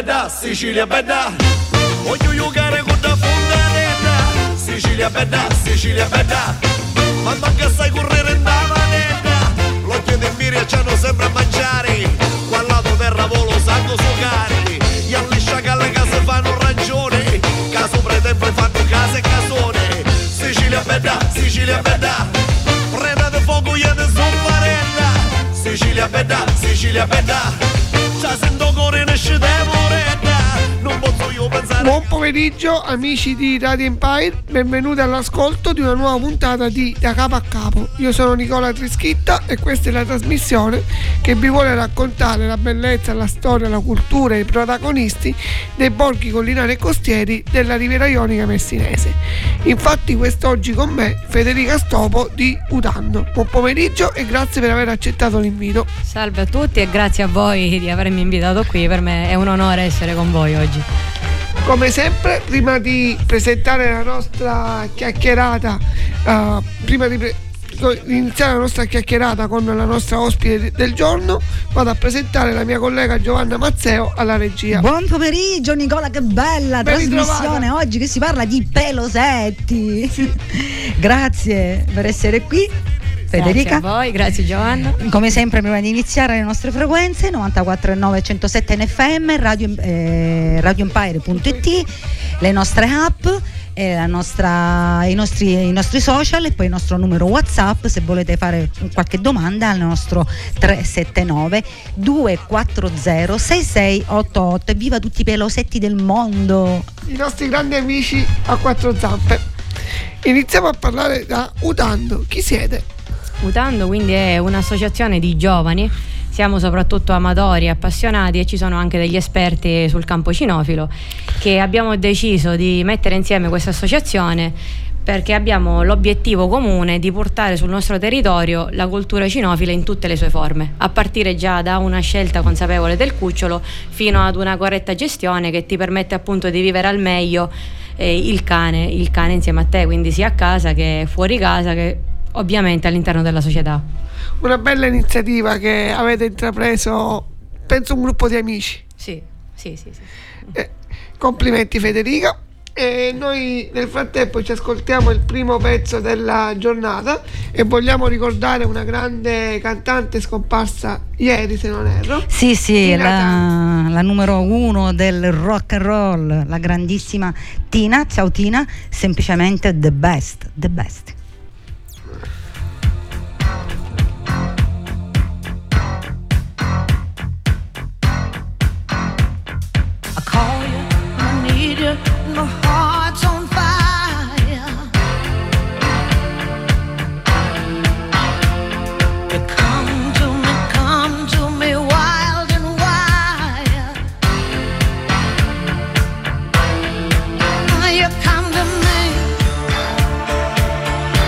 bella, Sicilia bella. Voglio giocare con la fontanella. Sicilia bella, Sicilia bella. Ma manca sai correre in da manetta. L'occhio di Miria c'hanno sempre a mangiare. Qua lato terra volo sanno suocare. Gli allisciacalle che si fanno ragione. Caso pretempo fanno casa e casone. Sicilia bella, Sicilia bella. Preda di fuoco io ne soffarella. Sicilia bella, Sicilia bella. Già sento cuore nasce moretta. Non posso io pensare. Buon pomeriggio amici di Radio Empire, benvenuti all'ascolto di una nuova puntata di Da Capo a Capo. Io sono Nicola Trischitta e questa è la trasmissione che vi vuole raccontare la bellezza, la storia, la cultura e i protagonisti dei borghi collinari e costieri della Riviera Ionica messinese. Infatti quest'oggi con me Federica Stopo di Utando. Buon pomeriggio e grazie per aver accettato l'invito. Salve a tutti e grazie a voi di avermi invitato qui, per me è un onore essere con voi oggi. Come sempre, prima di presentare la nostra chiacchierata, iniziare la nostra chiacchierata con la nostra ospite del giorno, vado a presentare la mia collega Giovanna Mazzeo alla regia. Buon pomeriggio Nicola, che bella ben trasmissione ritrovata. Oggi che si parla di pelosetti. Sì. Grazie per essere qui. Federica. Grazie a voi, grazie Giovanna. Come sempre, prima di iniziare le nostre frequenze 94,9 107 in FM, radioempire.it, le nostre app, i nostri social e poi il nostro numero WhatsApp se volete fare qualche domanda al nostro 379 240 6688. Evviva tutti i pelosetti del mondo, i nostri grandi amici a quattro zampe. Iniziamo a parlare da Utando. Chi siete? Utando quindi è un'associazione di giovani, siamo soprattutto amatori, appassionati e ci sono anche degli esperti sul campo cinofilo che abbiamo deciso di mettere insieme questa associazione perché abbiamo l'obiettivo comune di portare sul nostro territorio la cultura cinofila in tutte le sue forme, a partire già da una scelta consapevole del cucciolo fino ad una corretta gestione che ti permette appunto di vivere al meglio il cane insieme a te, quindi sia a casa che fuori casa che ovviamente all'interno della società. Una bella iniziativa che avete intrapreso, penso un gruppo di amici. Sì. Complimenti Federica. E noi nel frattempo ci ascoltiamo il primo pezzo della giornata e vogliamo ricordare una grande cantante scomparsa ieri, se non erro. Sì, la numero uno del rock and roll, la grandissima Tina. Ciao Tina, semplicemente the best. My heart's on fire. You come to me wild and wild. You come to me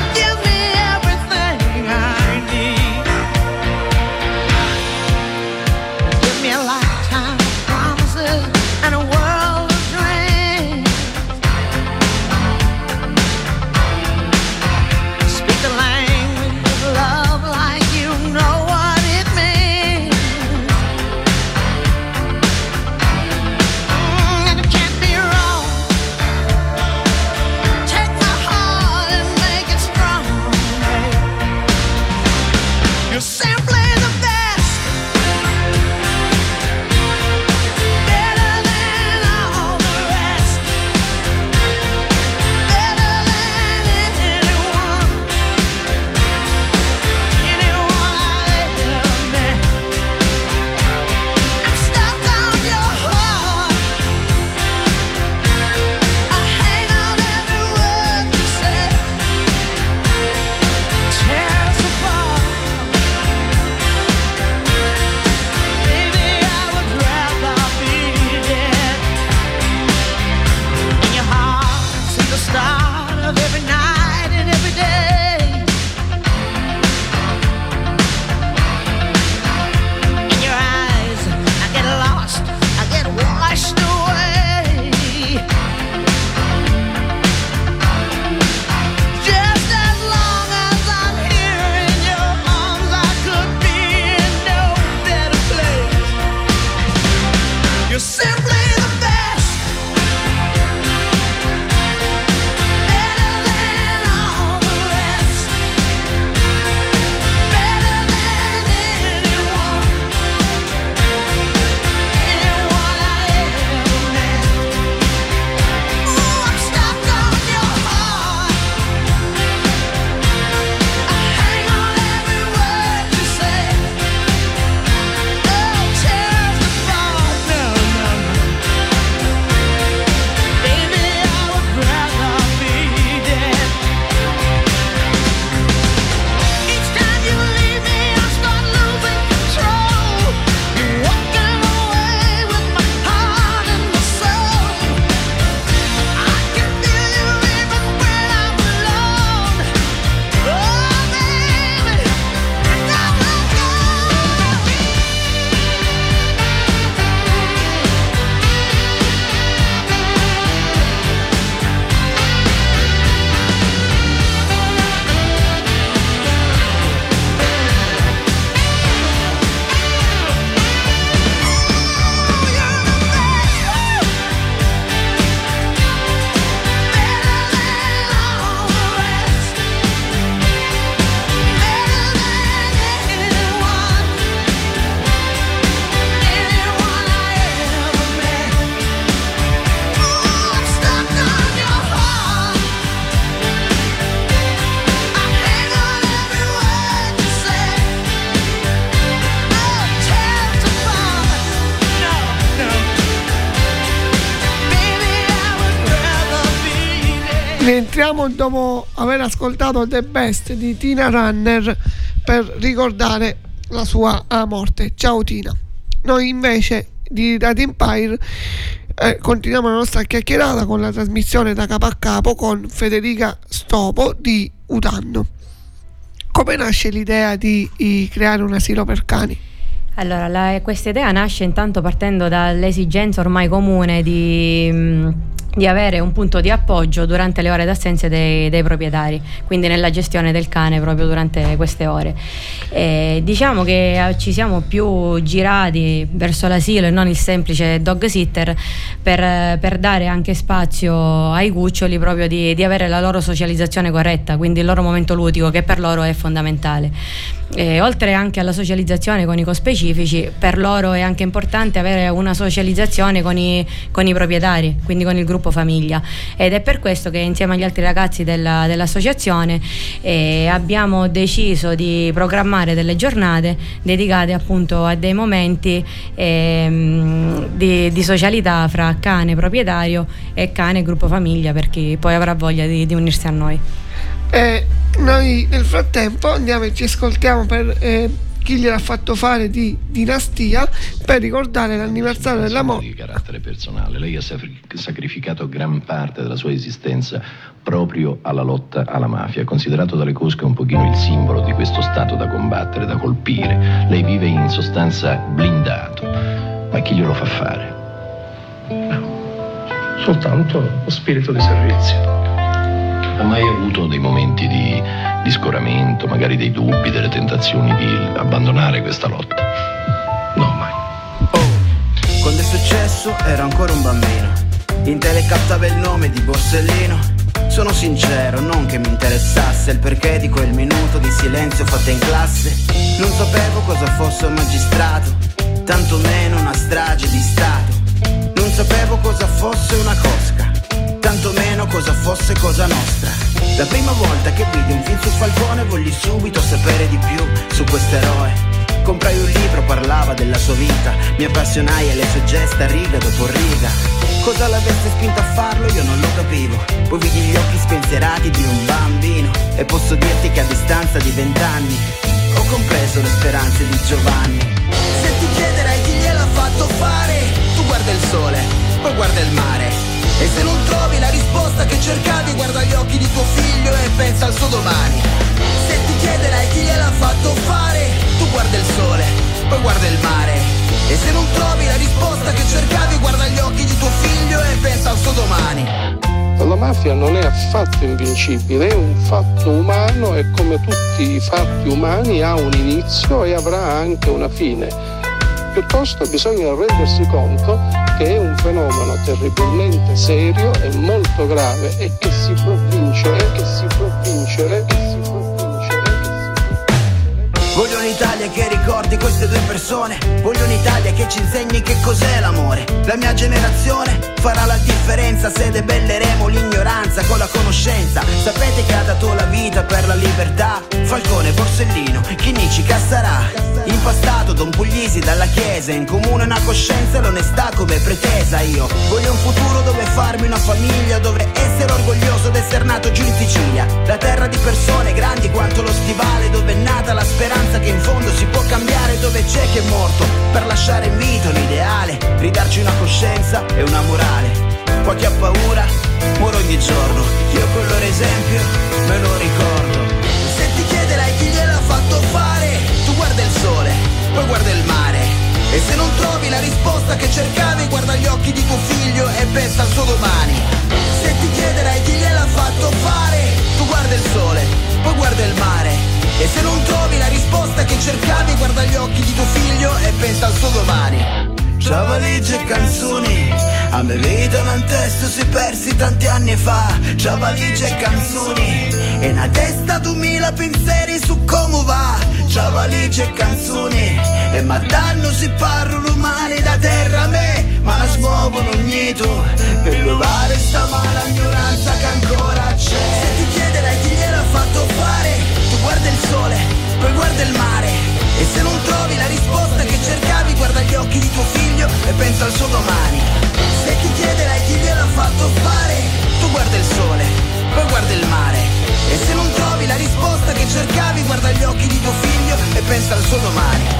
Rientriamo dopo aver ascoltato The Best di Tina Turner per ricordare la sua morte. Ciao Tina. Noi invece di Radio Empire continuiamo la nostra chiacchierata con la trasmissione da capo a capo con Federica Stopo di Utanno. Come nasce l'idea di creare un asilo per cani? Allora, questa idea nasce intanto partendo dall'esigenza ormai comune di avere un punto di appoggio durante le ore d'assenza dei proprietari, quindi nella gestione del cane proprio durante queste ore. Diciamo che ci siamo più girati verso l'asilo e non il semplice dog sitter per dare anche spazio ai cuccioli proprio di avere la loro socializzazione corretta, quindi il loro momento ludico che per loro è fondamentale. Oltre anche alla socializzazione con i cospecifici, per loro è anche importante avere una socializzazione con i proprietari, quindi con il gruppo famiglia, ed è per questo che insieme agli altri ragazzi dell'associazione abbiamo deciso di programmare delle giornate dedicate appunto a dei momenti di socialità fra cane proprietario e cane gruppo famiglia, per chi poi avrà voglia di unirsi a noi. Noi nel frattempo andiamo e ci ascoltiamo per Chi gliel'ha fatto fare di Dinastia, per ricordare l'anniversario dell'amore. Di carattere personale, lei ha sacrificato gran parte della sua esistenza proprio alla lotta alla mafia, considerato dalle cosche un pochino il simbolo di questo stato da combattere, da colpire. Lei vive in sostanza blindato, ma chi glielo fa fare? No, soltanto lo spirito di servizio. Ha mai avuto dei momenti di scoramento, magari dei dubbi, delle tentazioni di abbandonare questa lotta? No, mai. Quando è successo ero ancora un bambino, in tele captava il nome di Borsellino. Sono sincero, non che mi interessasse il perché di quel minuto di silenzio fatto in classe. Non sapevo cosa fosse un magistrato, tanto meno una strage di Stato. Non sapevo cosa fosse una cosca, tanto meno cosa fosse Cosa Nostra. La prima volta che vidi un film su Falcone volli subito sapere di più su quest'eroe. Comprai un libro, parlava della sua vita, mi appassionai alle sue gesta riga dopo riga. Cosa l'avesse spinto a farlo io non lo capivo, poi vidi gli occhi spensierati di un bambino e posso dirti che a distanza di 20 anni ho compreso le speranze di Giovanni. Se ti chiederai chi gliel'ha fatto fare, tu guarda il sole, poi guarda il mare. E se non trovi la risposta che cercavi, guarda gli occhi di tuo figlio e pensa al suo domani. Se ti chiederai chi gliel'ha fatto fare, tu guarda il sole, poi guarda il mare. E se non trovi la risposta che cercavi, guarda gli occhi di tuo figlio e pensa al suo domani. La mafia non è affatto invincibile, è un fatto umano e come tutti i fatti umani ha un inizio e avrà anche una fine. Piuttosto bisogna rendersi conto che è un fenomeno terribilmente serio e molto grave e che si può vincere, Voglio un'Italia che ricordi queste due persone, voglio un'Italia che ci insegni che cos'è l'amore. La mia generazione farà la differenza se debelleremo l'ignoranza con la conoscenza. Sapete che ha dato la vita per la libertà? Falcone, Borsellino, Chinnici, Cassarà. Impastato Don Puglisi dalla chiesa, in comune una coscienza e l'onestà come pretesa. Io voglio un futuro dove farmi una famiglia, dove essere orgoglioso d'essere nato giù in Sicilia. La terra di persone grandi quanto lo stivale, dove è nata la speranza che in fondo si può cambiare, dove c'è chi è morto per lasciare in vita un ideale, ridarci una coscienza e una morale. Qua chi ha paura muore ogni giorno, io con loro esempio me lo ricordo. Se ti chiederai chi gliel'ha fatto fare, tu guarda il sole, poi guarda il mare. E se non trovi la risposta che cercavi, guarda gli occhi di tuo figlio e pensa al suo domani. Se ti chiederai chi gliel'ha fatto fare, tu guarda il sole, poi guarda il mare. E se non trovi la risposta che cercavi, guarda gli occhi di tuo figlio e pensa al suo domani. C'ha valigie e canzoni, a me vita un testo si persi tanti anni fa. C'ha valigie e canzoni, e una testa 2000 pensieri su come va. C'ha valigie e canzoni, e ma danno si parlano male da terra a me, ma la smuovono ogni tu per levare sta mala ignoranza che ancora c'è. Se ti chiederai chi gliel'ha fatto fare, tu guarda il sole, poi guarda il mare. E se non trovi la risposta che cercavi, guarda gli occhi di tuo figlio e pensa al suo domani. Se ti chiederai chi gliel'ha fatto fare, tu guarda il sole, poi che cercavi, guarda gli occhi di tuo figlio e pensa al suo domani.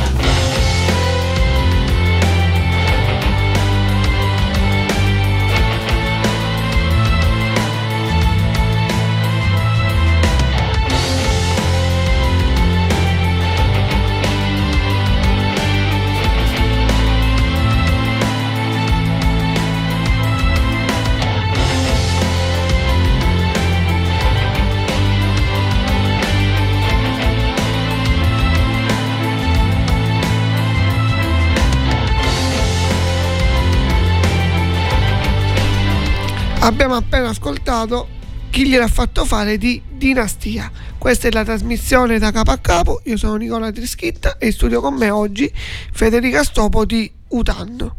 Abbiamo appena ascoltato Chi gliel'ha fatto fare di Dinastia. Questa è la trasmissione Da Capo a Capo. Io sono Nicola Trischitta e in studio con me oggi Federica Stopo di Utando.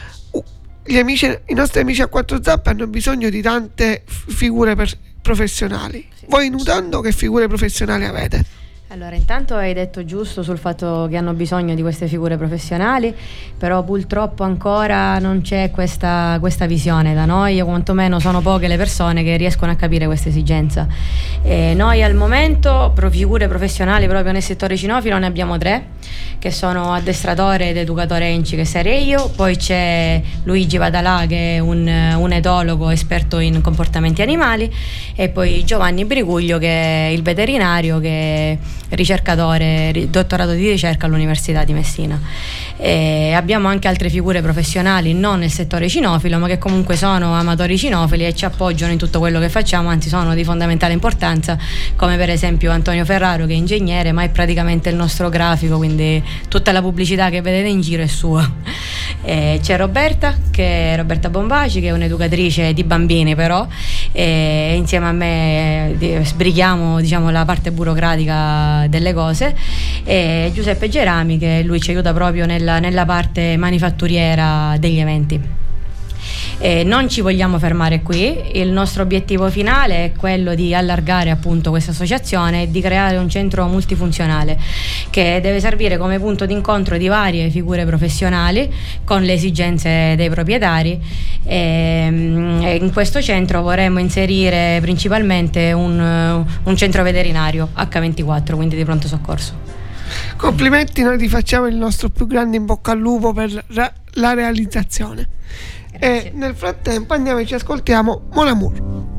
I nostri amici a 4 Zappe hanno bisogno di tante figure professionali. Voi in Utando che figure professionali avete? Allora, intanto hai detto giusto sul fatto che hanno bisogno di queste figure professionali, però purtroppo ancora non c'è questa visione da noi, o quantomeno sono poche le persone che riescono a capire questa esigenza. Noi al momento figure professionali proprio nel settore cinofilo ne abbiamo 3, che sono addestratore ed educatore ENCI, che sarei io, poi c'è Luigi Vadalà che è un etologo esperto in comportamenti animali, e poi Giovanni Briguglio che è il veterinario, che è ricercatore, dottorato di ricerca all'Università di Messina. Abbiamo anche altre figure professionali non nel settore cinofilo, ma che comunque sono amatori cinofili e ci appoggiano in tutto quello che facciamo, anzi sono di fondamentale importanza, come per esempio Antonio Ferraro che è ingegnere ma è praticamente il nostro grafico, quindi tutta la pubblicità che vedete in giro è sua. C'è Roberta Bombaci che è un'educatrice di bambini, però insieme a me sbrighiamo, diciamo, la parte burocratica delle cose, e Giuseppe Gerami che lui ci aiuta proprio nella parte manifatturiera degli eventi. Non ci vogliamo fermare qui, il nostro obiettivo finale è quello di allargare appunto questa associazione e di creare un centro multifunzionale che deve servire come punto d'incontro di varie figure professionali con le esigenze dei proprietari, e in questo centro vorremmo inserire principalmente un centro veterinario H24, quindi di pronto soccorso. Complimenti, noi ti facciamo il nostro più grande in bocca al lupo per la realizzazione. Grazie. E nel frattempo andiamo e ci ascoltiamo Mon Amour.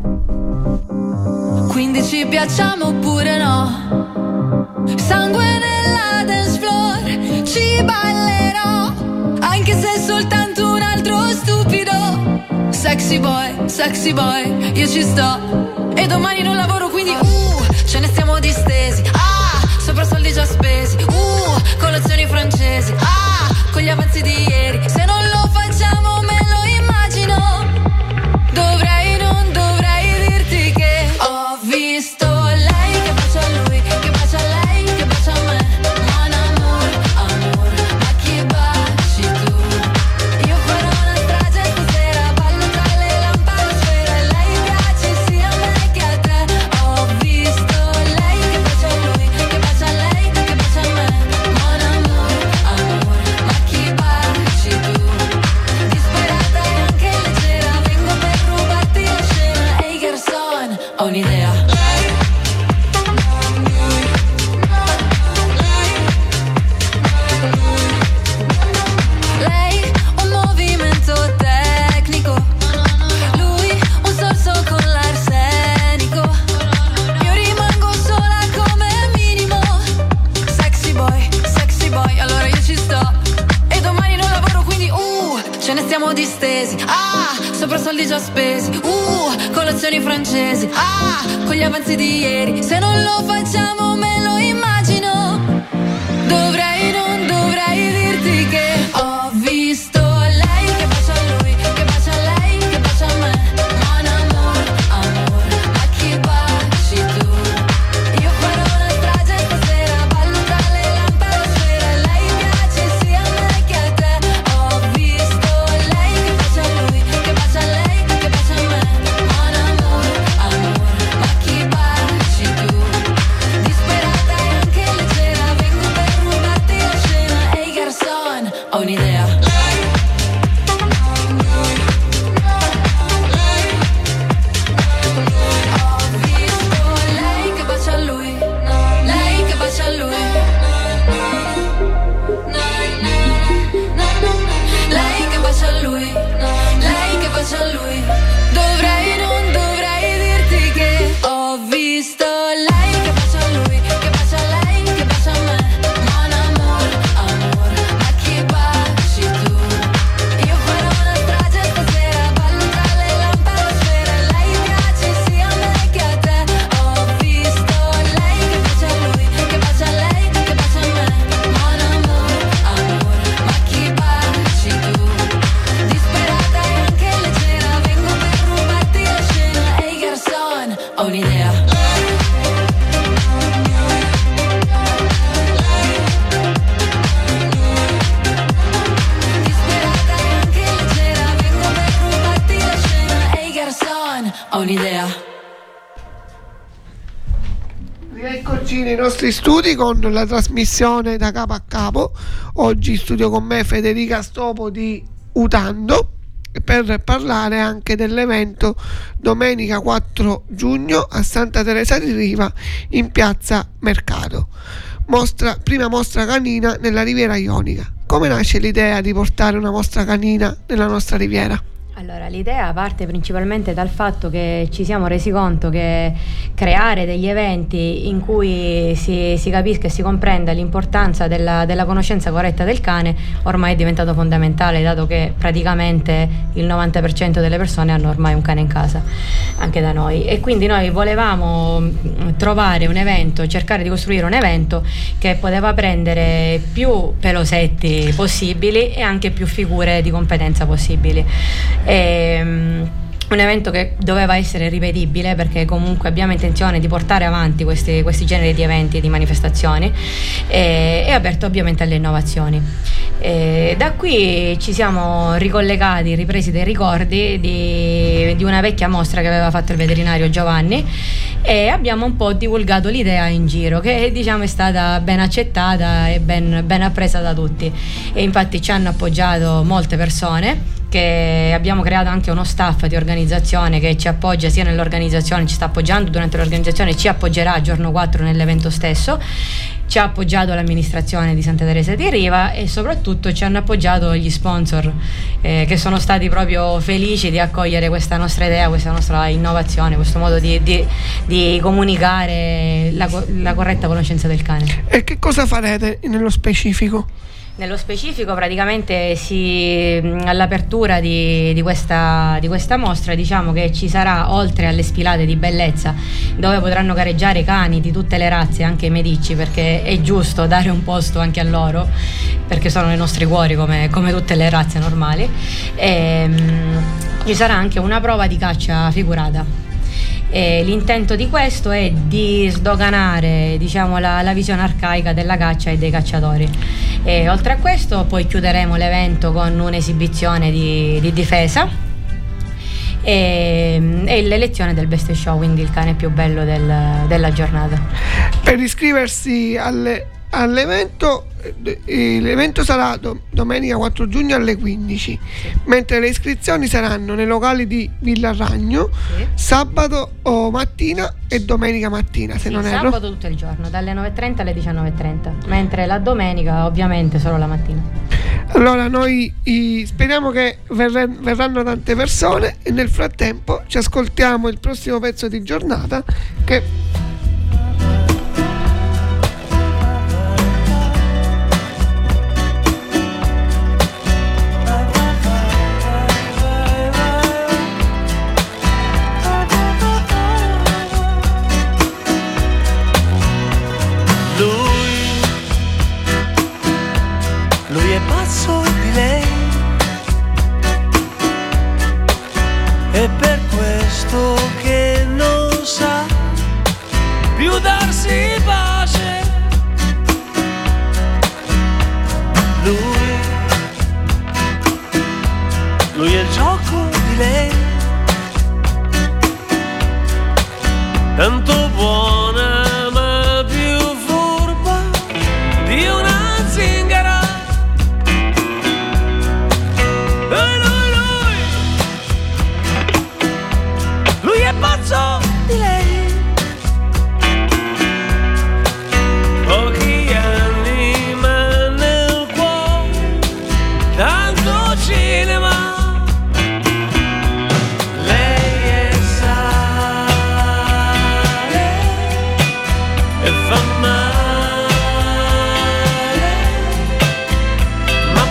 Quindi ci piacciamo oppure no? Sangue nella dance floor, ci ballerò, anche se è soltanto un altro stupido. Sexy boy, io ci sto. E domani non lavoro, quindi ce ne stiamo distesi. Sopra soldi già spesi. Colazioni francesi. Con gli avanzi di ieri. Se non lo facciamo me lo immagino. Non dovrei dirti che ho visto lei che bacia a lui, che bacia a lei, che bacia a me. Mon amour, ma chi baci tu? Io farò una strage stasera, ballo tra le lampadosfere. Lei piace sia a me che a te. Ho visto lei che bacia a lui, che bacia a lei, che bacia a me. Mon amour, ma chi baci tu? Disperata e anche leggera, vengo per rubarti la scena. Ehi garçon, ho un'idea. Lei un movimento tecnico, lui un sorso con l'arsenico. Io rimango sola come minimo. Sexy boy, allora io ci sto. E domani non lavoro, quindi ce ne stiamo distesi. Sopra soldi già spesi. Colazioni francesi. Con gli avanzi di ieri. Se non lo facciamo me lo immagino. Non dovrei dirti che ho visto lei che bacia a lui, che bacia a lei, che bacia a me. Mon amour, ma chi baci tu? Io farò una strage stasera, ballo tra le lampadosfere. Lei piace sia a me che a te. Ho visto lei che bacia a lui, che bacia a lei, che bacia a me. Mon amour, ma chi baci tu? Disperata e anche nei nostri studi con la trasmissione Da Capo a Capo. Oggi in studio con me Federica Stopo di Utando per parlare anche dell'evento domenica 4 giugno a Santa Teresa di Riva in piazza Mercato. Prima mostra canina nella Riviera Ionica. Come nasce l'idea di portare una mostra canina nella nostra riviera? Allora, l'idea parte principalmente dal fatto che ci siamo resi conto che creare degli eventi in cui si capisca e si comprenda l'importanza della conoscenza corretta del cane ormai è diventato fondamentale, dato che praticamente il 90% delle persone hanno ormai un cane in casa, anche da noi, e quindi noi volevamo trovare un evento, cercare di costruire un evento che poteva prendere più pelosetti possibili e anche più figure di competenza possibili. Un evento che doveva essere ripetibile, perché comunque abbiamo intenzione di portare avanti questi generi di eventi e di manifestazioni, e aperto ovviamente alle innovazioni. Da qui ci siamo ripresi dei ricordi di una vecchia mostra che aveva fatto il veterinario Giovanni, e abbiamo un po' divulgato l'idea in giro, che diciamo è stata ben accettata e ben appresa da tutti, e infatti ci hanno appoggiato molte persone, che abbiamo creato anche uno staff di organizzazione che ci appoggia sia nell'organizzazione, ci sta appoggiando durante l'organizzazione, ci appoggerà giorno 4 nell'evento stesso. Ci ha appoggiato l'amministrazione di Santa Teresa di Riva e soprattutto ci hanno appoggiato gli sponsor, che sono stati proprio felici di accogliere questa nostra idea, questa nostra innovazione, questo modo di comunicare la corretta conoscenza del cane. E che cosa farete nello specifico? Nello specifico praticamente all'apertura di questa mostra diciamo che ci sarà, oltre alle sfilate di bellezza dove potranno gareggiare cani di tutte le razze, anche i medicci, perché è giusto dare un posto anche a loro, perché sono nei nostri cuori come tutte le razze normali, ci sarà anche una prova di caccia figurata. L'intento di questo è di sdoganare, diciamo, la visione arcaica della caccia e dei cacciatori. Oltre a questo poi chiuderemo l'evento con un'esibizione di difesa e l'elezione del best show, quindi il cane più bello della giornata. Per iscriversi all'evento, l'evento sarà domenica 4 giugno alle 15, mentre le iscrizioni saranno nei locali di Villa Ragno, sabato mattina e domenica mattina, se non erro. Sabato tutto il giorno, dalle 9:30 alle 19:30, mentre la domenica ovviamente solo la mattina. Allora noi speriamo che verranno tante persone, e nel frattempo ci ascoltiamo il prossimo pezzo di giornata, che Lui è pazzo di lei, è per questo che non sa più darsi pace. Lui è il gioco di lei, tanto buona ma più furba di una zingara. Lui è pazzo di lei, pochi anni ma nel cuore tanto cinema. Lei è sale e fa male, ma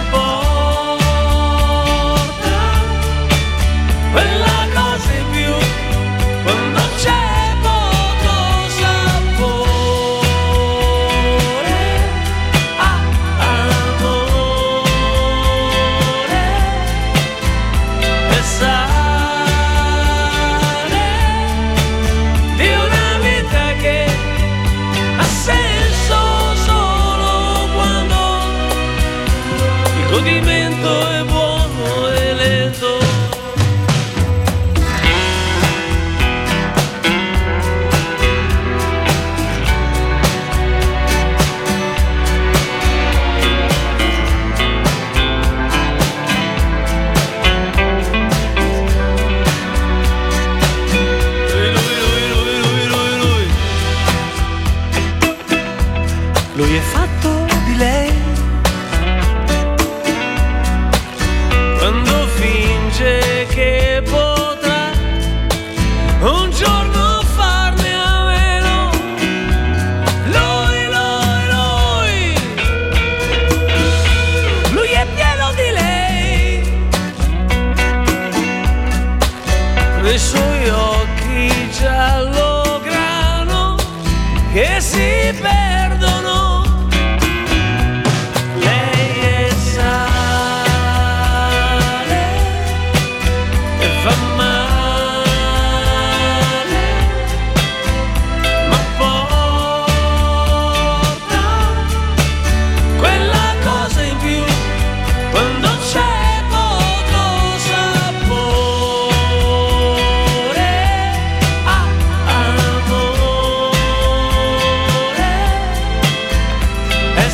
porta quella cosa in più quando c'è poco sapore. Amore e sale di una vita che ha senso solo quando il godimento è buono e lento. è fatto di lei. Quando finge che potrà un giorno farne a meno. Lui è pieno di lei. Nei suoi occhi giallo grano che si perdono. Lei è sale e fa male, ma porta quella cosa in più quando c'è poco sapore. Amore è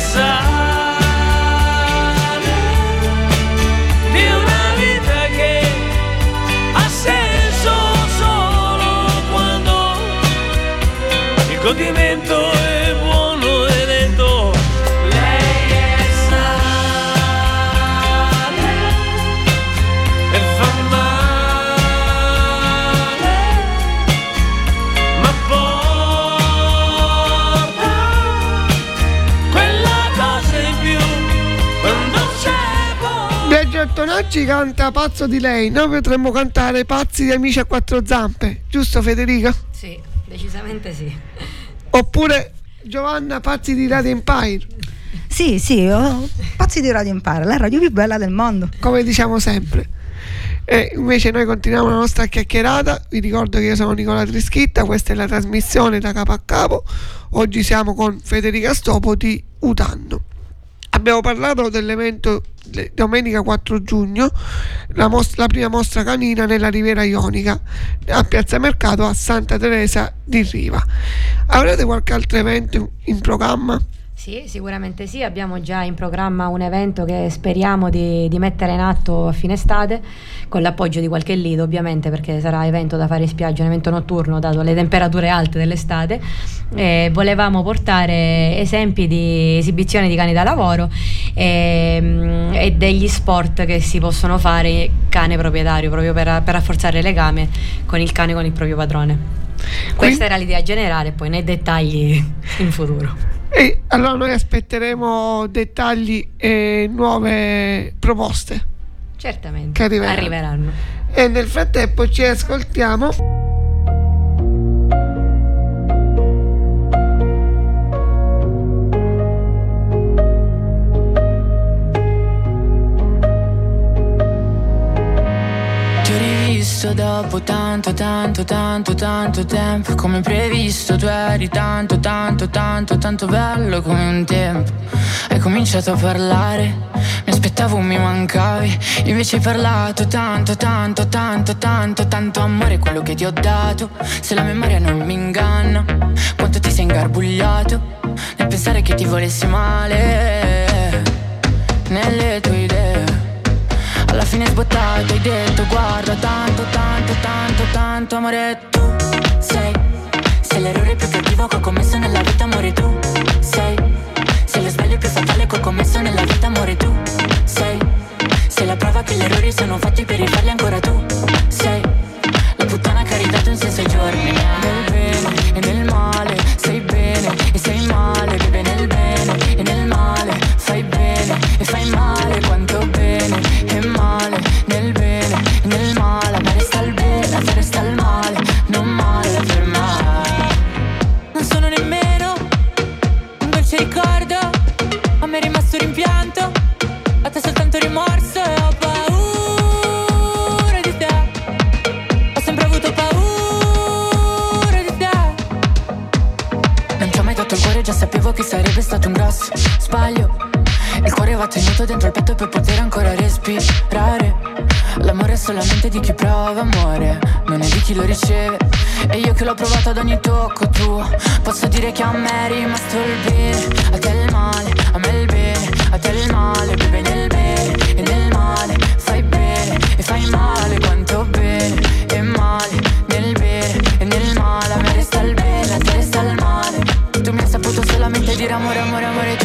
sale di una vita che ha senso solo quando il godimento è buono e lento. Lei è sale e fa male, ma porta quella cosa in più quando c'è poco. Biagio Antonacci canta Pazzo di lei. Noi potremmo cantare Pazzi di amici a quattro zampe, giusto Federica? Sì, decisamente sì. Oppure Giovanna Pazzi di Radio Empire, Sì, Pazzi di Radio Empire, la radio più bella del mondo. come diciamo sempre. E invece noi continuiamo la nostra chiacchierata. Vi ricordo che io sono Nicola Trischitta, questa è la trasmissione Da Capo a Capo. Oggi siamo con Federica Stopo di Utanno. Abbiamo parlato dell'evento domenica 4 giugno, la prima mostra canina nella Riviera Ionica a Piazza Mercato a Santa Teresa di Riva. Avrete qualche altro evento in programma? Sì, sicuramente sì, abbiamo già in programma un evento che speriamo di mettere in atto a fine estate, con l'appoggio di qualche lido ovviamente, perché sarà evento da fare in spiaggia, un evento notturno dato le temperature alte dell'estate. Volevamo portare esempi di esibizioni di cani da lavoro e degli sport che si possono fare cane proprietario, proprio per rafforzare il legame con il cane, con il proprio padrone. Questa era l'idea generale, poi nei dettagli in futuro. E allora noi aspetteremo dettagli e nuove proposte Certamente, che arriveranno. E nel frattempo ci ascoltiamo dopo tanto tempo. Come previsto tu eri tanto bello come un tempo. Hai cominciato a parlare, mi aspettavo mi mancavi. Invece hai parlato tanto amore quello che ti ho dato. Se la memoria non mi inganna, quanto ti sei ingarbugliato nel pensare che ti volessi male nelle tue idee. Alla fine sbottato hai detto guarda tanto amore tu sei l'errore più cattivo che ho commesso nella vita amore tu sei lo sbaglio più fatale che ho commesso nella vita amore tu sei la prova che gli errori sono fatti per rifarli ancora tu sei la puttana che ha ridato un senso ai giorni. Nel bene e nel male sei bene e sei male, bebe nel bene e nel male fai bene e fai male, quanto bene e male nel bene e nel male, ma resta il bene, ma resta il male, non male per mai. Non sono nemmeno un dolce ricordo, a me è rimasto rimpianto, a te soltanto rimorso e ho paura di te, ho sempre avuto paura di te. Non ti ho mai dato il cuore, già sapevo che sarebbe stato un grosso sbaglio. Il cuore va tenuto dentro il petto per poter ancora respirare. L'amore è solamente di chi prova amore, non è di chi lo riceve. E io che l'ho provato ad ogni tocco tuo, posso dire che a me è rimasto il bene, a te il male, a me il bene, a te il male, bebe nel bene e nel male fai bene e fai male, quanto bene e male nel bene e nel male, a me resta il bene, a te resta il male. Tu mi hai saputo solamente dire amore, amore, amore tu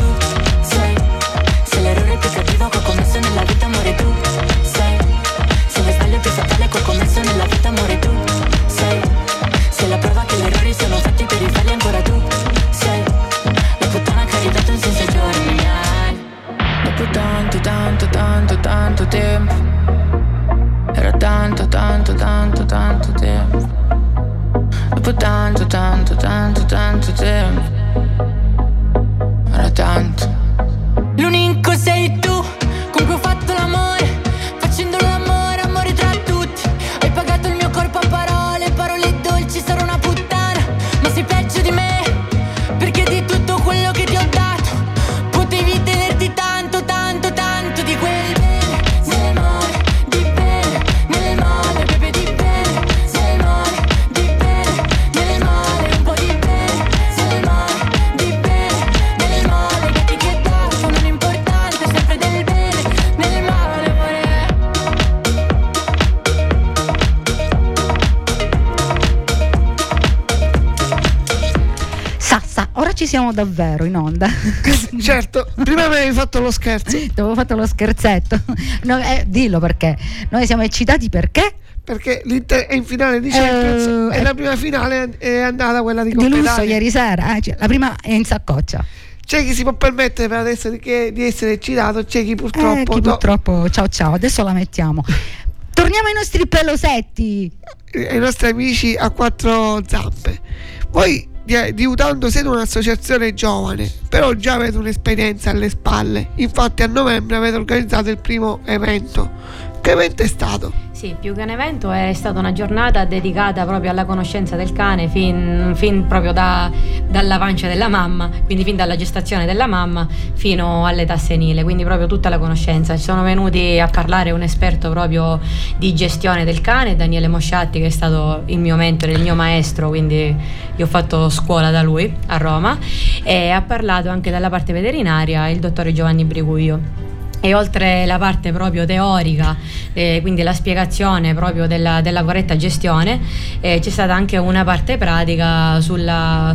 amore tu sei la prova che gli errori sono fatti per rifarli ancora tu sei la puttana che ha ridato un senso ai giorni miei. Dopo tanto tempo, era tanto tempo. Dopo tanto tempo, era tanto. L'unico sei tu con cui ho fatto l'amore, facendo l'amore, amore tra tutti. Hai pagato il mio corpo a parole dolci, sarò una puttana, ma sei peggio di me, perché di tutto quello che ti ho dato potevi tenerti tanto di quel bene, nel male, di bene, nel male, bebe di bene, nel male, di bene, nel male, un po' di bene, nel male, di bene, nel male, che ti che dato, non è importante, sempre del bene, nel male, amore. Sassa, ora ci siamo davvero in onda. Certo, prima avevi fatto lo scherzo. Ti avevo fatto lo scherzetto. No, dillo perché. Noi siamo eccitati perché? Perché l'Inter è in finale di Champions e la prima finale è andata quella di Coppa Di lusso Italia. ieri sera, cioè, la prima è in saccoccia. C'è chi si può permettere per adesso di essere eccitato, c'è chi purtroppo no. Purtroppo, ciao, adesso la mettiamo. Torniamo ai nostri pelosetti, ai nostri amici a quattro zampe. Voi di Utando siete un'associazione giovane, però già avete un'esperienza alle spalle. Infatti a novembre avete organizzato il primo evento. Che evento è stato? Sì, più che un evento è stata una giornata dedicata proprio alla conoscenza del cane fin proprio dalla pancia della mamma, quindi fin dalla gestazione della mamma fino all'età senile, quindi proprio tutta la conoscenza. Ci sono venuti a parlare un esperto proprio di gestione del cane, Daniele Mosciatti, che è stato il mio mentore, il mio maestro, quindi io ho fatto scuola da lui a Roma, e ha parlato anche dalla parte veterinaria il dottore Giovanni Briguglio. E oltre la parte proprio teorica, quindi la spiegazione proprio della corretta gestione, c'è stata anche una parte pratica sulla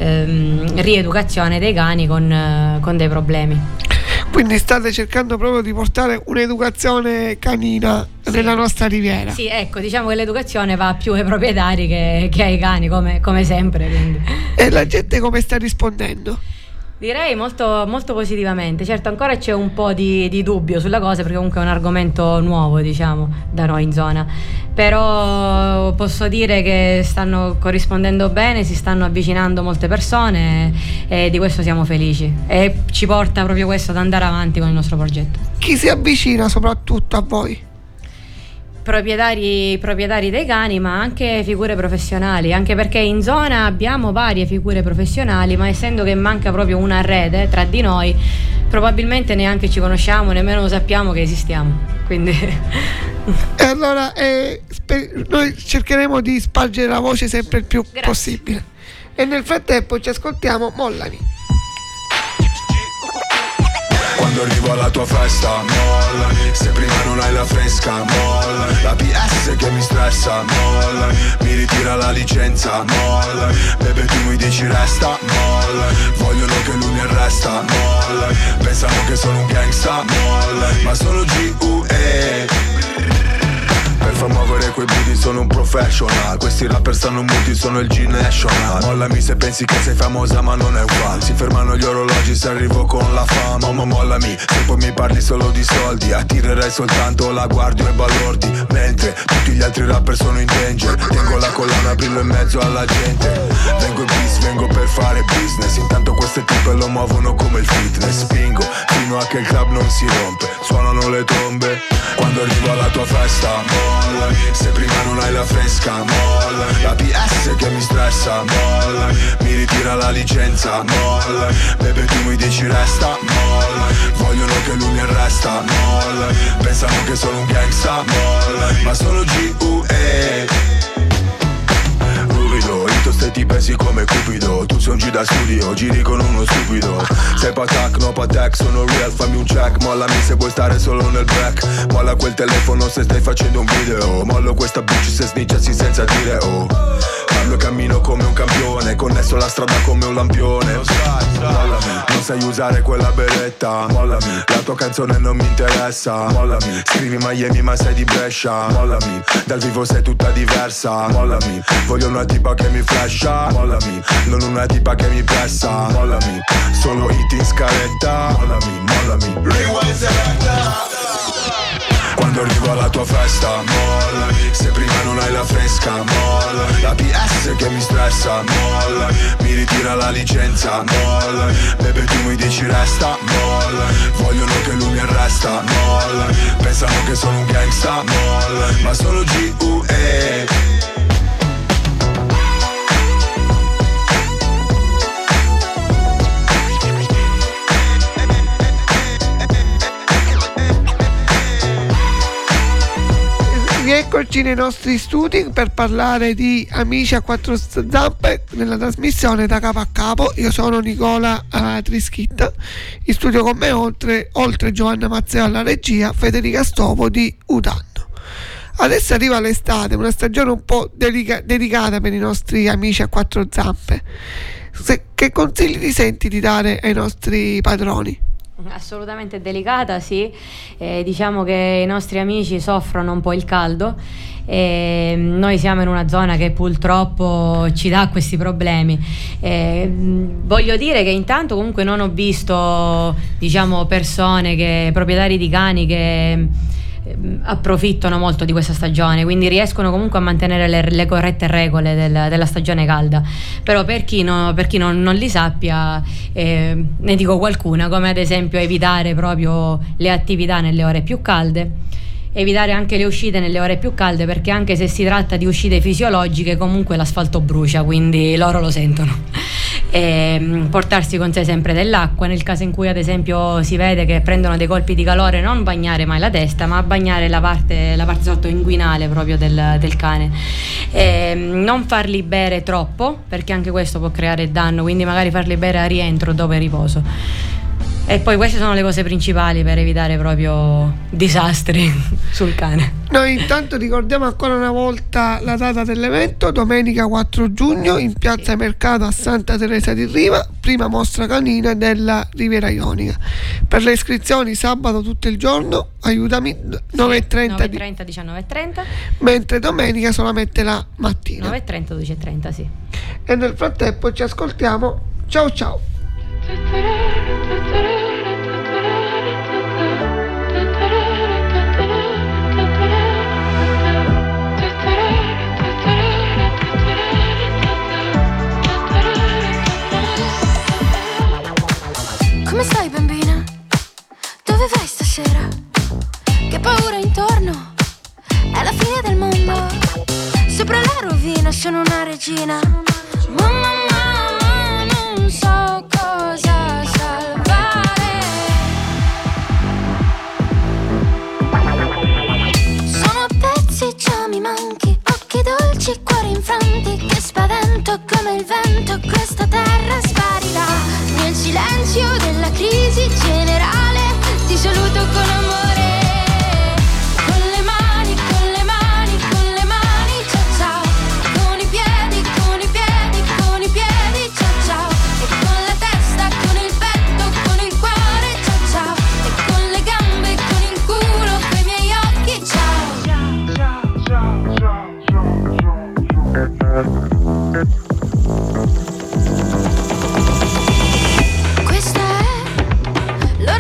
rieducazione dei cani con dei problemi. Quindi state cercando proprio di portare un'educazione canina nella nostra riviera. Sì, ecco, diciamo che l'educazione va più ai proprietari che ai cani, come sempre. Quindi. E la gente come sta rispondendo? Direi molto, molto positivamente. Certo, ancora c'è un po' di dubbio sulla cosa, perché comunque è un argomento nuovo, diciamo, da noi in zona. Però posso dire che stanno corrispondendo bene, si stanno avvicinando molte persone e di questo siamo felici. E ci porta proprio questo ad andare avanti con il nostro progetto. Chi si avvicina soprattutto a voi? Proprietari dei cani, ma anche figure professionali, anche perché in zona abbiamo varie figure professionali, ma essendo che manca proprio una rete tra di noi, probabilmente neanche ci conosciamo, nemmeno sappiamo che esistiamo. Quindi e allora noi cercheremo di spargere la voce sempre il più possibile. E nel frattempo ci ascoltiamo Mollami. Quando arrivo alla tua festa, mollami. Se prima non hai la fresca, mollami. La PS che mi stressa, mollami. Mi ritira la licenza, mollami. Bebe tu mi dici resta, mollami. Vogliono che lui mi arresta, mollami. Pensano che sono un gangsta, mollami. Ma sono G.U.E. Per far muovere quei booty sono un professional. Questi rapper stanno muti, sono il G-National. Mollami se pensi che sei famosa ma non è uguale. Si fermano gli orologi se arrivo con la fama. Ma mollami, se poi mi parli solo di soldi. Attirerei soltanto la guardia e balordi. Mentre tutti gli altri rapper sono in danger. Tengo la collana, brillo in mezzo alla gente. Vengo in bis, vengo per fare business. Intanto queste tipe lo muovono come il fitness. Spingo fino a che il club non si rompe. Suonano le trombe quando arrivo alla tua festa, mollami. Se prima non hai la fresca, mollami. La PS che mi stressa, mollami. Mi ritira la licenza, mollami. Bebe tu mi dici resta, mollami. Vogliono che lui mi arresta, mollami. Pensano che sono un gangsta, mollami. Ma sono G.U.E. Te ti pensi come Cupido. Tu sei un G da studio, giri con uno stupido. Sei patak, no patak, sono real, fammi un check. Mollami se vuoi stare solo nel black. Molla quel telefono se stai facendo un video. Mollo questa bitch se snitchassi senza dire oh. Parlo e cammino come un campione, connesso la strada come un lampione. Lo sai, mollami, non sai usare quella beretta. Mollami, la tua canzone non mi interessa. Mollami, scrivi Miami ma sei di Brescia. Mollami, dal vivo sei tutta diversa. Mollami, voglio una tipa che mi flasha. Mollami, non una tipa che mi pressa. Mollami, solo hit in scaletta. Mollami, mollami, rewind selecta. Quando arrivo alla tua festa, mollami. Se prima non hai la fresca, mollami. La PS che mi stressa, mollami. Mi ritira la licenza, mollami. Bebe tu mi dici resta, mollami. Vogliono che lui mi arresta, mollami. Pensano che sono un gangsta, mollami. Ma sono G.U.E. Rieccoci nei nostri studi per parlare di Amici a quattro zampe nella trasmissione Da Capo a Capo. Io sono Nicola Trischitta, in studio con me oltre Giovanna Mazzeo alla regia, Federica Stopo di Udanno. Adesso arriva l'estate, una stagione un po' delicata per i nostri amici a quattro zampe. Che consigli ti senti di dare ai nostri padroni? Assolutamente delicata, sì. Diciamo che i nostri amici soffrono un po' il caldo. Noi siamo in una zona che purtroppo ci dà questi problemi. Voglio dire che intanto comunque non ho visto, diciamo, persone proprietari di cani che approfittano molto di questa stagione, quindi riescono comunque a mantenere le corrette regole della stagione calda. Però per chi non li sappia, ne dico qualcuna, come ad esempio evitare proprio le attività nelle ore più calde, evitare anche le uscite nelle ore più calde, perché anche se si tratta di uscite fisiologiche comunque l'asfalto brucia, quindi loro lo sentono. Portarsi con sé sempre dell'acqua, nel caso in cui ad esempio si vede che prendono dei colpi di calore, non bagnare mai la testa, ma bagnare la parte sotto inguinale proprio del cane. Non farli bere troppo, perché anche questo può creare danno, quindi magari farli bere a rientro dopo il riposo. E poi queste sono le cose principali per evitare proprio disastri sul cane. Noi intanto ricordiamo ancora una volta la data dell'evento: domenica 4 giugno in piazza Mercato a Santa Teresa di Riva, prima mostra canina della Riviera Ionica. Per le iscrizioni sabato tutto il giorno, aiutami, 9:30 19:30, mentre domenica solamente la mattina, 9:30 12:30, sì. E nel frattempo ci ascoltiamo. Ciao ciao. Come stai, bambina? Dove vai stasera? Che paura intorno? È la fine del mondo. Sopra la rovina sono una regina. Mamma, non so cosa salvare. Sono a pezzi, già mi manchi. Occhi dolci, cuori infranti. Che spavento come il vento. Questa terra sparirà. Nel silenzio della crisi generale ti saluto con amore. Con le mani, con le mani, con le mani, ciao ciao. Con i piedi, con i piedi, con i piedi, ciao ciao. E con la testa, con il petto, con il cuore, ciao ciao. E con le gambe, con il culo, con i miei occhi, ciao. Questa è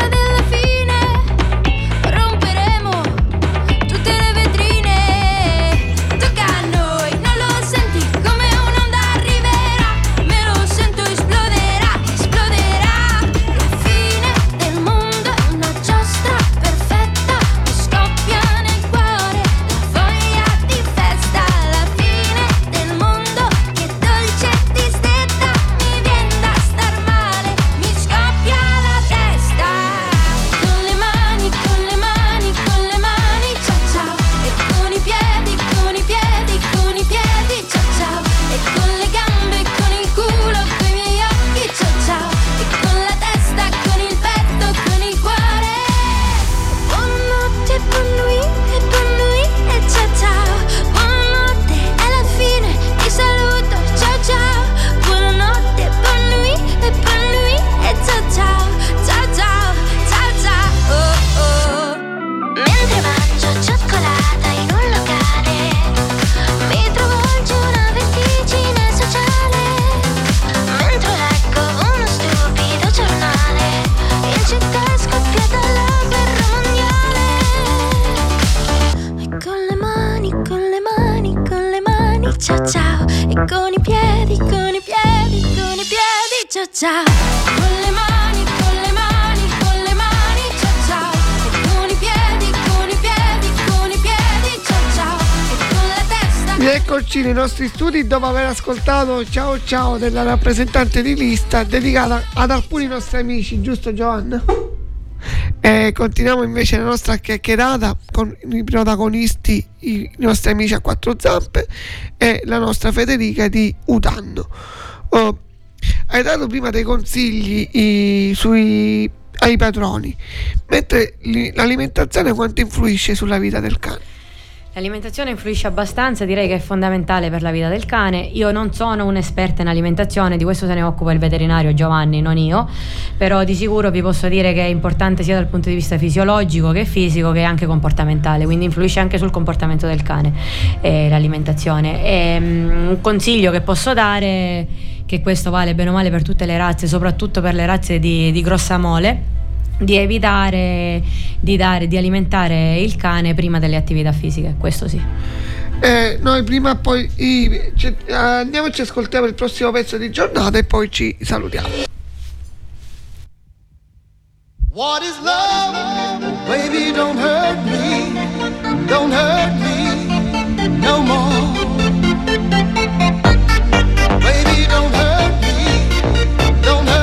ciao ciao. Con le mani, con le mani, con le mani, ciao ciao. E con i piedi, con i piedi, con i piedi, ciao ciao. E con la testa. Rieccoci nei nostri studi dopo aver ascoltato Ciao Ciao della rappresentante di lista dedicata ad alcuni nostri amici, giusto Giovanna? E continuiamo invece la nostra chiacchierata con i protagonisti, i nostri amici a quattro zampe e la nostra Federica di Utanno. Hai dato prima dei consigli ai padroni, mentre l'alimentazione quanto influisce sulla vita del cane? L'alimentazione influisce abbastanza, direi che è fondamentale per la vita del cane. Io non sono un'esperta in alimentazione, di questo se ne occupa il veterinario Giovanni, non io, però di sicuro vi posso dire che è importante sia dal punto di vista fisiologico che fisico che anche comportamentale, quindi influisce anche sul comportamento del cane l'alimentazione. Un consiglio che posso dare, che questo vale bene o male per tutte le razze, soprattutto per le razze di grossa mole, di evitare di alimentare il cane prima delle attività fisiche, questo sì. Noi prima poi andiamo e ci ascoltiamo il prossimo pezzo di giornata e poi ci salutiamo. What is love? Baby, don't hurt me no more. Baby, don't hurt me no more.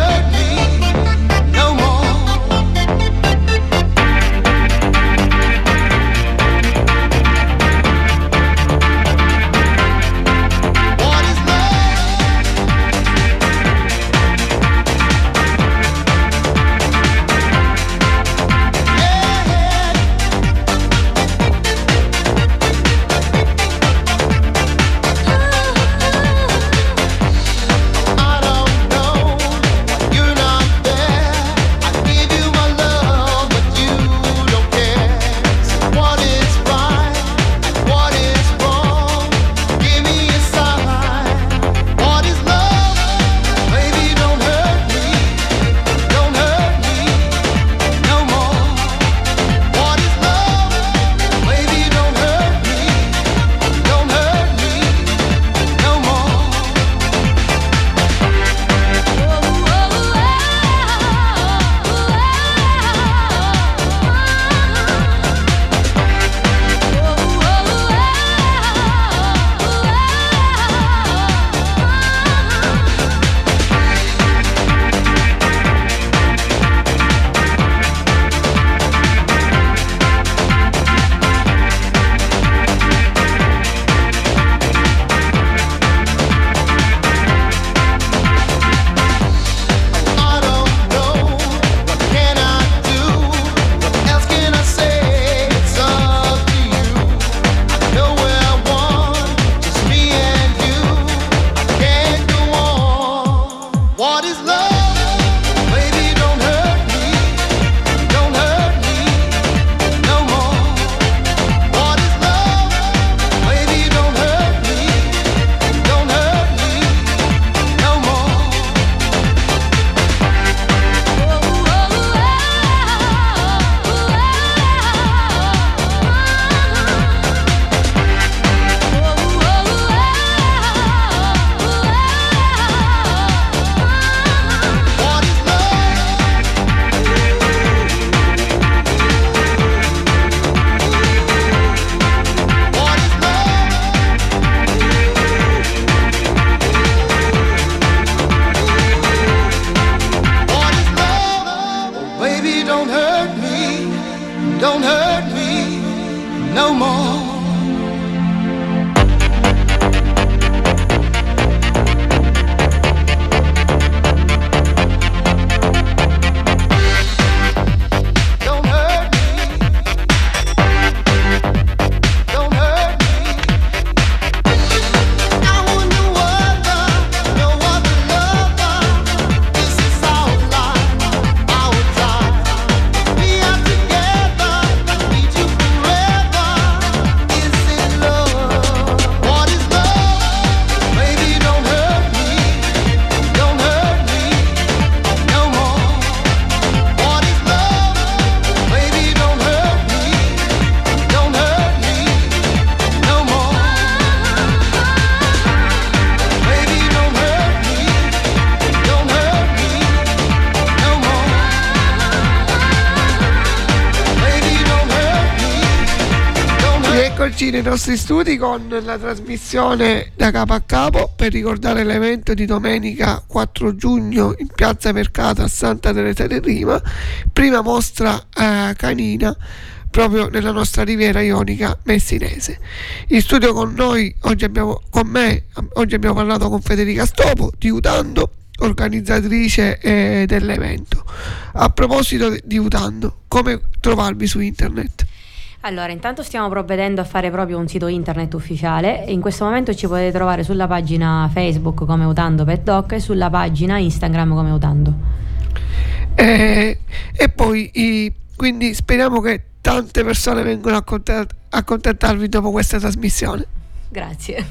oggi nei nostri studi con la trasmissione da capo a capo per ricordare l'evento di domenica 4 giugno in Piazza Mercato a Santa Teresa del Rima, prima mostra canina proprio nella nostra riviera ionica messinese. In studio con noi oggi abbiamo parlato con Federica Stopo di Utando, organizzatrice dell'evento. A proposito di Utando, come trovarvi su internet? Allora, intanto stiamo provvedendo a fare proprio un sito internet ufficiale e in questo momento ci potete trovare sulla pagina Facebook come Utando Pet Doc e sulla pagina Instagram come Utando. E poi quindi speriamo che tante persone vengono a contattarvi dopo questa trasmissione. Grazie.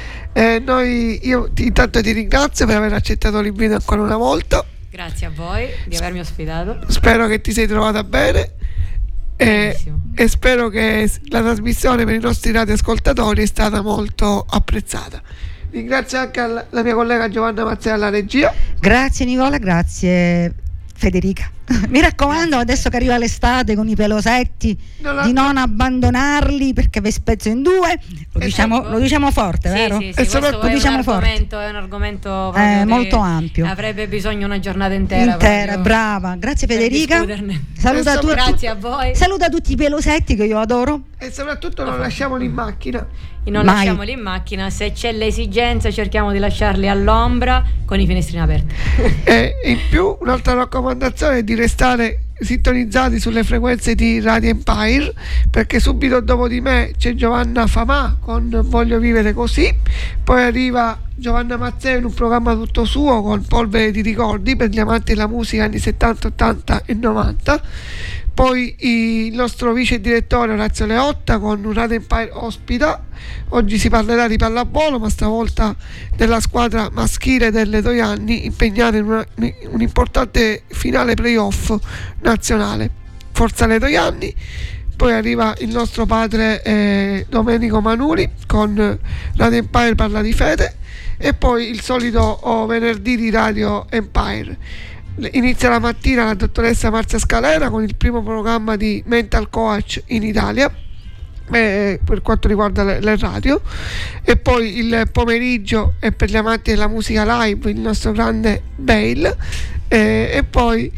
Io intanto ti ringrazio per aver accettato l'invito ancora una volta. Grazie a voi di avermi ospitato. Spero che ti sei trovata bene e spero che la trasmissione per i nostri radioascoltatori è stata molto apprezzata. Ringrazio anche la mia collega Giovanna Mazzei alla regia. Grazie Nicola, grazie Federica. Mi raccomando, adesso che arriva l'estate con i pelosetti, di non abbandonarli perché vi spezzo in due. Lo diciamo forte, sì, vero? Sì, lo diciamo forte. È un argomento molto ampio. Avrebbe bisogno una giornata intera. Brava. Grazie Federica. Saluta tutti. Grazie a voi. Saluta tutti i pelosetti che io adoro. E soprattutto non lasciamoli in macchina. Lasciamoli in macchina, se c'è l'esigenza cerchiamo di lasciarli all'ombra con i finestrini aperti. E in più un'altra raccomandazione è di restare sintonizzati sulle frequenze di Radio Empire, perché subito dopo di me c'è Giovanna Famà con Voglio vivere così, poi arriva Giovanna Mazzei in un programma tutto suo con Polvere di ricordi per gli amanti della musica anni 70, 80 e 90. Poi il nostro vice direttore Orazio Leotta con un Radio Empire ospita. Oggi si parlerà di pallavolo, ma stavolta della squadra maschile delle Toianni impegnata in un importante finale playoff nazionale. Forza le Toianni. Poi arriva il nostro padre Domenico Manuri con Radio Empire parla di fede, e poi il solito venerdì di Radio Empire. Inizia la mattina la dottoressa Marzia Scalera con il primo programma di mental coach in Italia per quanto riguarda le radio, e poi il pomeriggio è per gli amanti della musica live il nostro grande Bale, e poi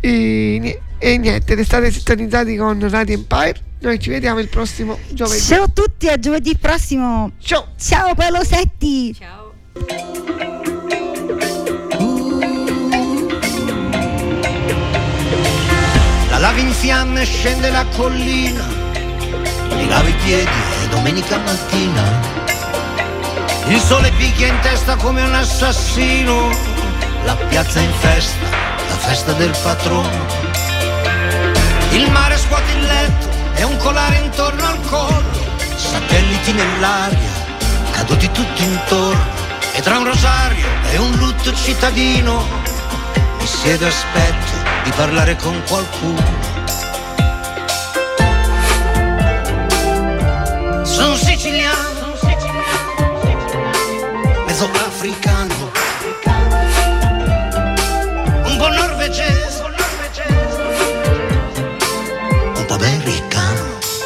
niente, restate sintonizzati con Radio Empire. Noi ci vediamo il prossimo giovedì. Ciao a tutti, a giovedì prossimo. Ciao pelosetti. Ciao. La lavi in fiamme, scende la collina, ti lavi i piedi e domenica mattina il sole picchia in testa come un assassino, la piazza è in festa, la festa del patrono, il mare scuote il letto e un colare intorno al collo, satelliti nell'aria, caduti tutti intorno, e tra un rosario e un lutto cittadino mi siedo e aspetto di parlare con qualcuno. Sono siciliano, mezzo africano, un po' norvegese, un po' americano.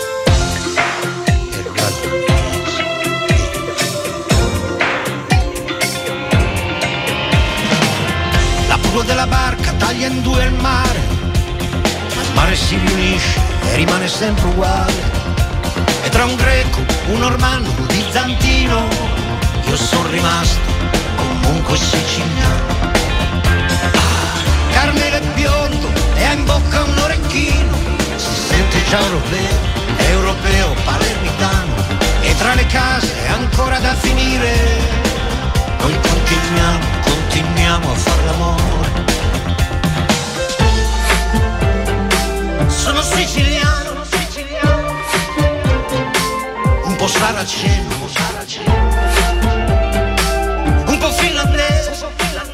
La prua della barca taglia in due il mare, ma il mare si riunisce e rimane sempre uguale. E tra un greco, un normanno, un bizantino, io sono rimasto comunque siciliano. Carmelo è biondo e ha in bocca un orecchino, si sente già europeo, palermitano, e tra le case è ancora da finire, noi continuiamo a far l'amore. Sono siciliano, un po' saraceno, un po' finlandese,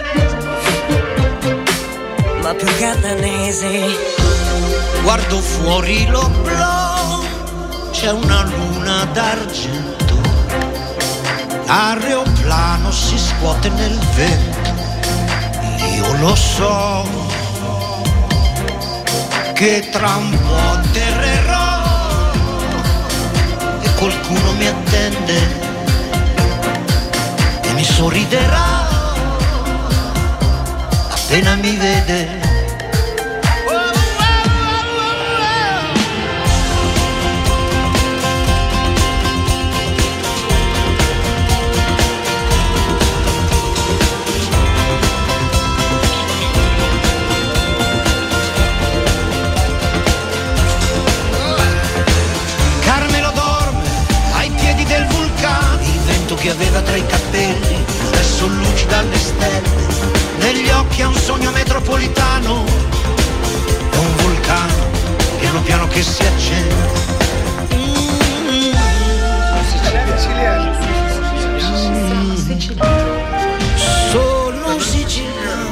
ma più catanese. Guardo fuori l'oblò, c'è una luna d'argento, l'aeroplano si scuote nel vento. Io lo so che tra un po' atterrerò, e qualcuno mi attende e mi sorriderà appena mi vede. Che aveva tra i capelli, adesso lucida alle stelle, negli occhi ha un sogno metropolitano, è un vulcano, piano piano che si accende. Sono siciliano.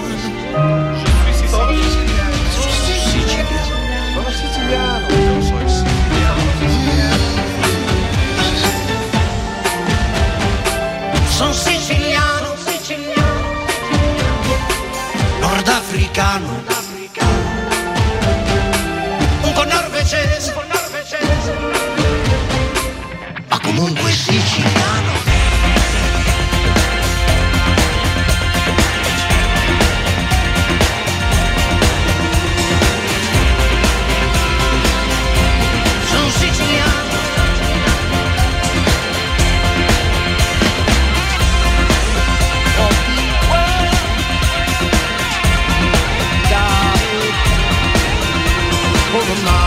Sono siciliano, nordafricano, un po' norvegese, ma comunque siciliano. Sono siciliano. For the night.